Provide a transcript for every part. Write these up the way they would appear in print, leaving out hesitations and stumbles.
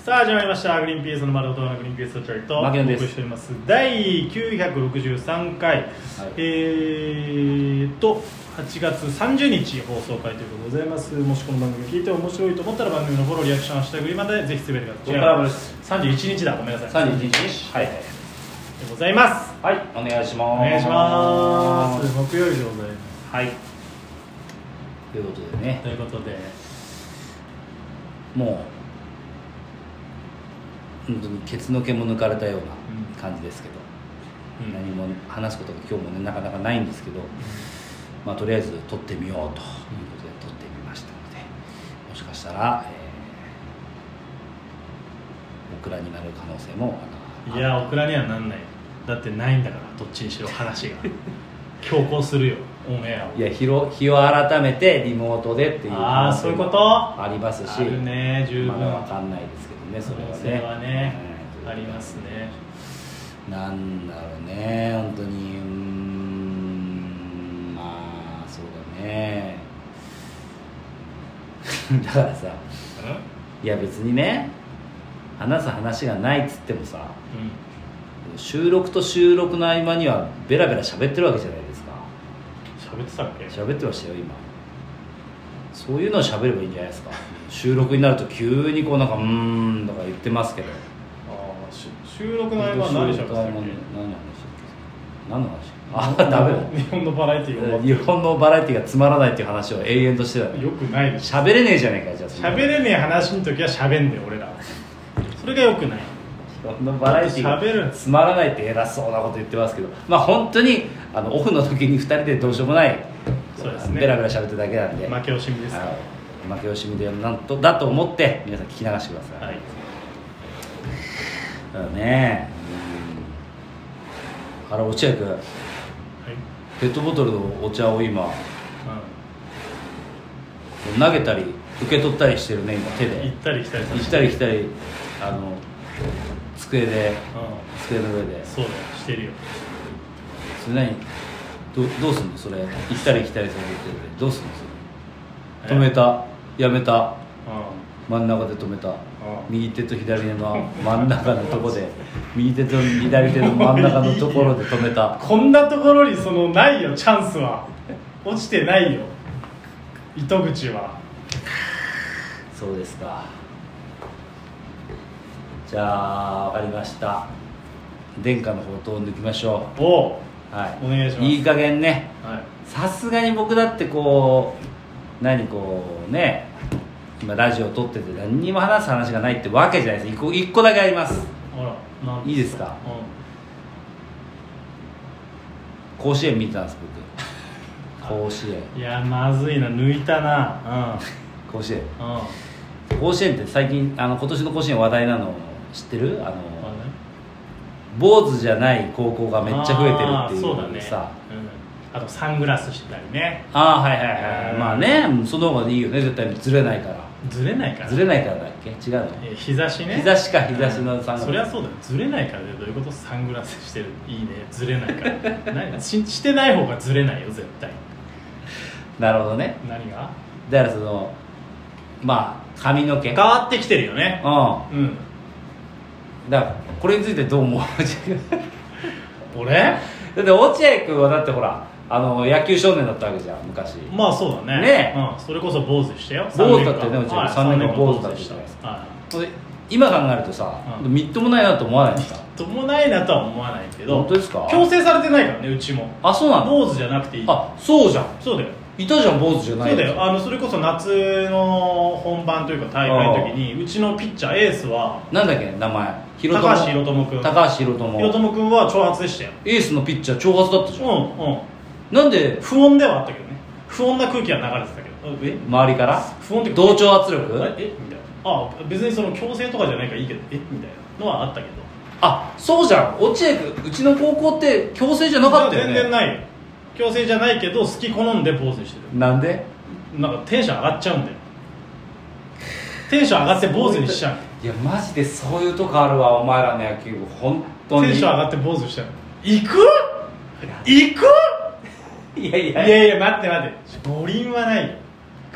さあ始まりましたグリーンピースの丸ごとのグリーンピースチャリとお送りしております第963回、はい、8月30日放送回ということでございます。もしこの番組聞いて面白いと思ったら番組のフォローリアクション#グリまでぜひすべてが31日だ、ごめんなさい、 31日、はい、でございます。 はい、お願いします。 お願いします。木曜日でございます。 はい、ということでね、もう本当にケツの毛も抜かれたような感じですけど、何も話すことが今日もねなかなかないんですけど、まあとりあえず撮ってみようということで撮ってみましたので、もしかしたら、オクラになる可能性もいや、オクラにはなんない。だってないんだから、どっちにしろ話が強行するよ、オンエアを。 いや、日を改めてリモートでっていう可能性もありますし、 あるね、十分。 まだ分かんないですけどね、それはね、 ありますね。 なんだろうね、本当にまあそうだねだからさ、いや別にね話す話がないっつってもさ、収録と収録の合間にはベラベラ喋ってるわけじゃないですか。 喋ってたっけ？ 喋ってましたよ今。そういうのを喋ればいいんじゃないですか。収録になると急にこうなんかとか言ってますけど。 収録の合間は何喋ってたっけ？ 何の話？ダメだ。 日本のバラエティー日本のバラエティーがつまらないっていう話を永遠としてた。 よくないでしょ。 喋れねえじゃねえか。じゃあ喋れねえ話の時は喋んで俺ら。それがよくない。 日本のバラエティーがつまらないって偉そうなこと言ってますけど、まあ本当にオフの時に2人でどうしようもない、そうですね、ベラベラ喋ってるだけなんで、 負け惜しみですから、 負け惜しみでだと思って皆さん聞き流してください。はい、だからね、あれ落合君、はい、ペットボトルのお茶を今、投げたり受け取ったりしてるね、今手で行ったり来たり机の上で。 そうだよ、してるよ。 それどうすんのそれ、行ったり来たりされてどうすんのそれ。止めた、やめた、真ん中で止めた、右手と左手の真ん中のところで右手と左手の真ん中のところで止めたこんなところにないよ、チャンスは落ちてないよ、糸口は。 そうですか。じゃあ分かりました。殿下の宝刀を抜きましょう。はい、お願いします。いい加減ね、さすがに僕だって今ラジオ撮ってて何にも話す話がないってわけじゃないです。一個だけあります。いいですか。甲子園見てたんです僕。甲子園。 いやまずいな、抜いたな。 甲子園。甲子園って最近今年の甲子園話題なの知ってる？坊主じゃない高校がめっちゃ増えてるっていう。 そうだね。あとサングラスしてたりね。 はいはいはい。まあね、その方がいいよね、絶対ずれないから。 ずれないからだっけ？違うの？ 日差しね。 日差しのサングラス。 そりゃそうだよ。ずれないからね。どういうこと？サングラスしてる。いいね。ずれないからしてない方がずれないよ絶対。 なるほどね。 何が？ だからまあ髪の毛変わってきてるよね。 だからこれについてどう思う？ 俺？ だって落合君はだってほら野球少年だったわけじゃん昔。 まあそうだね。それこそ坊主してよ。 坊主だったよね、落合君。3年間坊主だったじゃないですか。今考えるとさ、みっともないなと思わないですか？みっともないなとは思わないけど。 本当ですか？ 強制されてないからね、うちも。 そうなの？ 坊主じゃなくていい。 そうじゃん。 そうだよ。 いたじゃん、坊主じゃない。 そうだよ。それこそ夏の本番というか大会の時にうちのピッチャーエースはなんだっけ名前、 高橋宏友君。 高橋宏友君は長髪でしたよ。 エースのピッチャー長髪だったじゃん。なんで不穏ではあったけどね。不穏な空気は流れてたけど。 周りから不穏って同調圧力？ みたいな。別に強制とかじゃないからいいけどみたいなのはあったけど。 そうじゃん。落合君、うちの高校って強制じゃなかったよね。 全然ないよ。強制じゃないけど好き好んで坊主にしてる。 なんで？ なんかテンション上がっちゃうんだよ。テンション上がって坊主にしちゃう。 いやマジでそういうとこあるわ、お前らの野球部本当に。 テンション上がって坊主にしちゃう。行くいやいや待って五輪はないよ。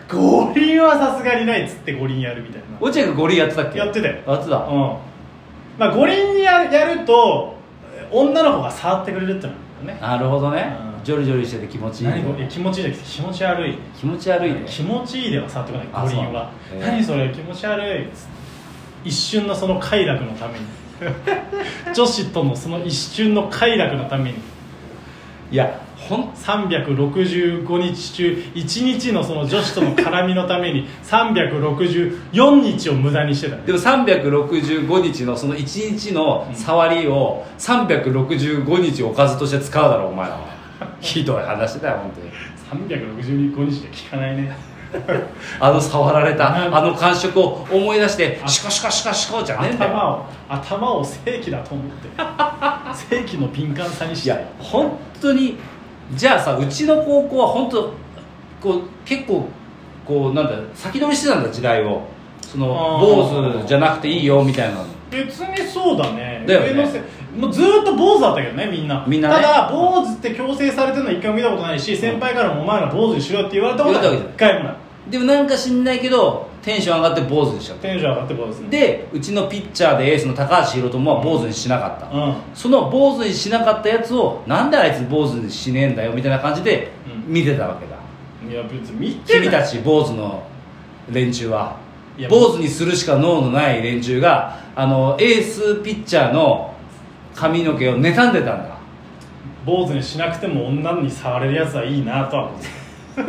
五輪はさすがにないっつって五輪やるみたいな。 落合君五輪やってたっけ？ やってたよ。 やってた。 まあ五輪やると女の子が触ってくれるってのなんだよね。 なるほどね、ジョリジョリしてて気持ちいい。 気持ちいいじゃなくて気持ち悪い。 気持ち悪いね。 気持ちいいでは触ってこない五輪は。何それ気持ち悪いっつって一瞬のその快楽のために女子とのその一瞬の快楽のために、 いや 365日中1日のその女子との絡みのために364日を無駄にしてた、ね、 でも365日のその1日の触りを365日おかずとして使うだろお前らはひどい話だよ本当に。 365日で聞かないね触られたあの感触を思い出してシコシコシコシコじゃねえんだよ。 頭を正気だと思って正気の敏感さにして。 いや本当にじゃあさ、うちの高校は本当こう結構こうなんだ先取りしてたんだ時代を。その坊主じゃなくていいよみたいな。 別にそうだね。 だよね。 もうずっと坊主だったけどねみんなね。ただ坊主って強制されてるのは一回も見たことないし、先輩からもお前ら坊主にしろって言われたことは一回もない。 でもなんか知んないけどテンション上がって坊主にしちゃった。 テンション上がって坊主に。 でうちのピッチャーでエースの高橋宏斗は坊主にしなかった、その坊主にしなかったやつをなんであいつ坊主にしねえんだよみたいな感じで見てたわけだ、 いや別に見てない。 君たち坊主の連中は坊主にするしか能のない連中がエースピッチャーの髪の毛を妬んでたんだ。 坊主にしなくても女に触れるやつはいいなとは思って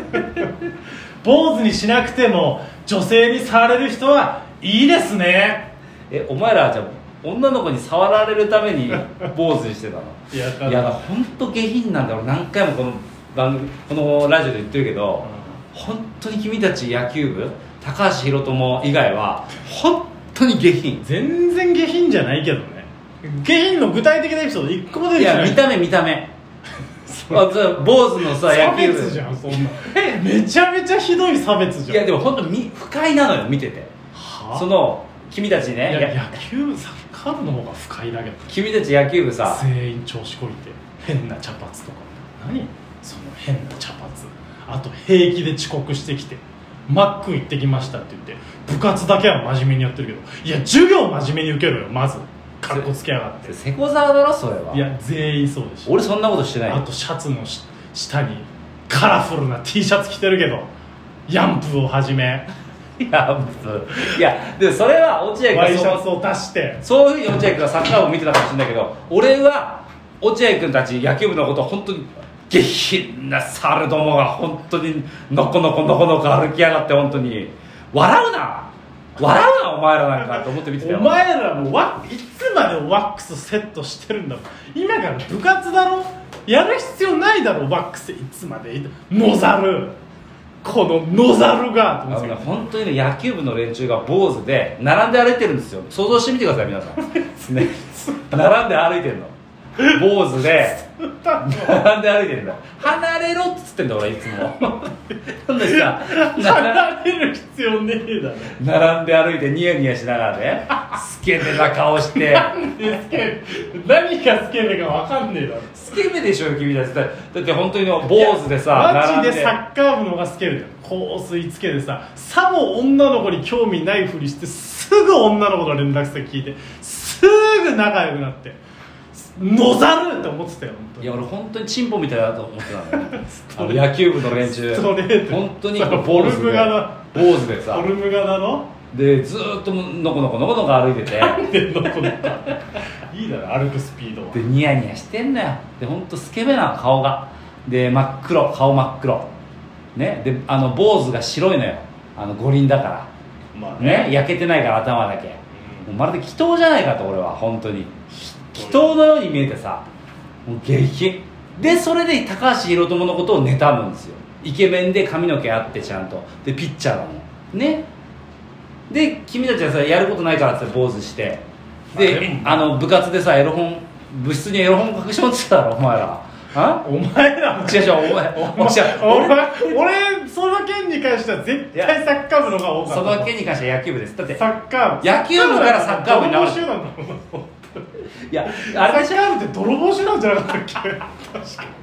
坊主にしなくても女性に触れる人はいいですね。 お前らはじゃあ女の子に触られるために坊主にしてたの？いや本当下品なんだよ。何回もこのラジオで言ってるけど、本当に君たち野球部高橋宏斗以外は本当に下品。 全然下品じゃないけどね。下品の具体的なエピソード1個も出てきてない。 いや見た目坊主のさ野球部差別じゃんそんなめちゃめちゃひどい差別じゃん。 いやでも本当不快なのよ見てて。その君たちね、 いや野球部サッカー部の方が不快だけど、 君たち野球部さ全員調子こいて変な茶髪とか、何その変な茶髪、あと平気で遅刻してきてマック行ってきましたって言って部活だけは真面目にやってるけど、いや授業真面目に受けろよまず。かっこつけやがって。 セコザワだろそれは。 いや全員そうでしょ。 俺そんなことしてない。 あとシャツの下にカラフルな T シャツ着てるけどヤンプをはじめいやでもそれは落合君ワイシャツを出してそういうふうに落合君がサッカーを見てたかもしれないけど、俺は落合君たち野球部のことを本当に下品な猿どもが本当にのこのこ歩きやがって本当に笑うなお前らなんかと思って見てたよ。 お前らもいつまでワックスセットしてるんだろ。今から部活だろ、やる必要ないだろワックスいつまで野猿、この野猿が本当にね野球部の連中が坊主で並んで歩いてるんですよ。想像してみてください皆さんね並んで歩いてるの坊主で並んで歩いてるんだ。離れろっつってんだ俺いつもなんでさ離れる必要ねえだろ。 並んで歩いてニヤニヤしながらねスケベな顔して何がスケベか分かんねえだろ。 スケベでしょ君たち。だって本当に坊主でさマジでサッカー部の方がスケベだよ。香水つけてさも女の子に興味ないふりしてすぐ女の子の連絡先聞いてすぐ仲良くなって野猿って思ってたよ。 いや俺本当にチンポみたいだと思ってたのよ野球部の連中本当にボルムガ坊主でさボルムガだろでずーっとのこのこ歩いててなんでのこのこいいだろ歩くスピードは。 でニヤニヤしてんのよ。で本当スケベな顔がで顔真っ黒ね。で坊主が白いのよ五輪だから、まあね焼けてないから頭だけ、もうまるで祈祷じゃないかと俺は本当に祈祷のように見えてさもう下品で、それで高橋宏斗のことを妬むんですよ。イケメンで髪の毛あってちゃんとでピッチャーだもんね。で君たちはさやることないからって坊主してで部活でさ部室にエロ本隠し持ってただろお前ら。 お前らも違うお前俺その件に関しては絶対サッカー部の方が多かった。 その件に関しては野球部です。だってサッカー部野球部からサッカー部に流れてる。いやサッカー部って泥棒集団じゃなかったっけ確か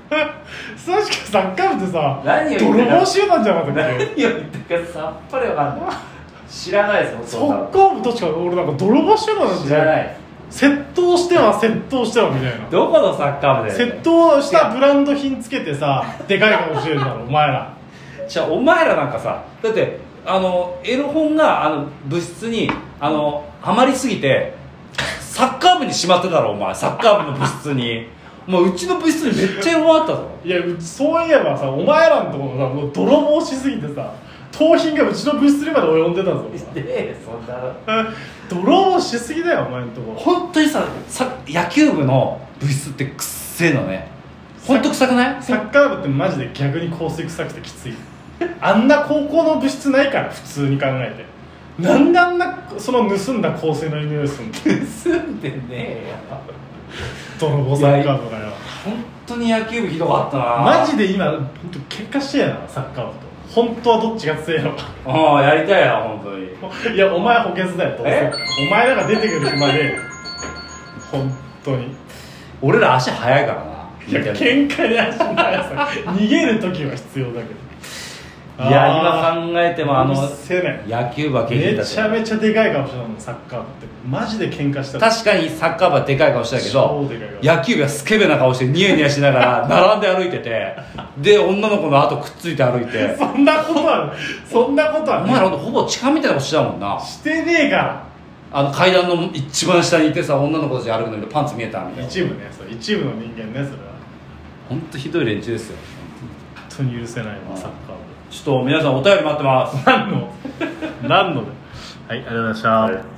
確かサッカー部ってさ、 何を泥棒集団じゃなかったっけ？ 何を言ってるかさっぱりわかんない。知らないですサッカー部確か俺なんか泥棒集団なん知らない。 窃盗しては窃盗してはみたいな。 どこのサッカー部で窃盗したブランド品つけてさ、でかい顔してるだろお前ら。 じゃあお前らなんかさ、だってエロ本が部室にはまりすぎてサッカー部にしまってたろお前。サッカー部の部室にもううちの部室にめっちゃエロ本あったぞ。 いやそういえばさ、お前らのところさ、もう泥棒しすぎてさ、盗品がうちの部室にまで及んでたぞ。 そんな泥棒しすぎだよお前のところ。 本当にさ野球部の部室ってくっせえのね。本当臭くない？ サッカー部ってマジで逆に香水臭くてきつい。あんな高校の部室ないから普通に考えて。なんであんなその盗んだ香水の匂いするの？ 盗んでねえよ泥棒サッカー部がよ。 本当に野球部ひどかったな。 マジで今本当喧嘩してやなサッカー部と。本当はどっちが強いのか。 ああやりたいな本当に。 いやお前補欠だよどうせ。お前らが出てくる日まで本当に。 俺ら足速いからな。 いや喧嘩で足の速さ逃げる時は必要だけど。 いや今考えても野球部はめちゃめちゃでかいかもしれないもんサッカー部ってマジで喧嘩した。 確かにサッカー部はでかい顔してたけど、野球部はスケベな顔してニヤニヤしながら並んで歩いててで女の子の後くっついて歩いてそんなことはそんなことはお前らほぼ痴漢みたいなことしてたもんな。 してねえから階段の一番下にいてさ女の子たち歩くのにパンツ見えたみたいな。 一部ね一部の人間ねそれは本当ひどい連中ですよ。 本当に許せないわサッカー部。 ちょっと皆さんお便り待ってます。 何のではいありがとうございました、はい。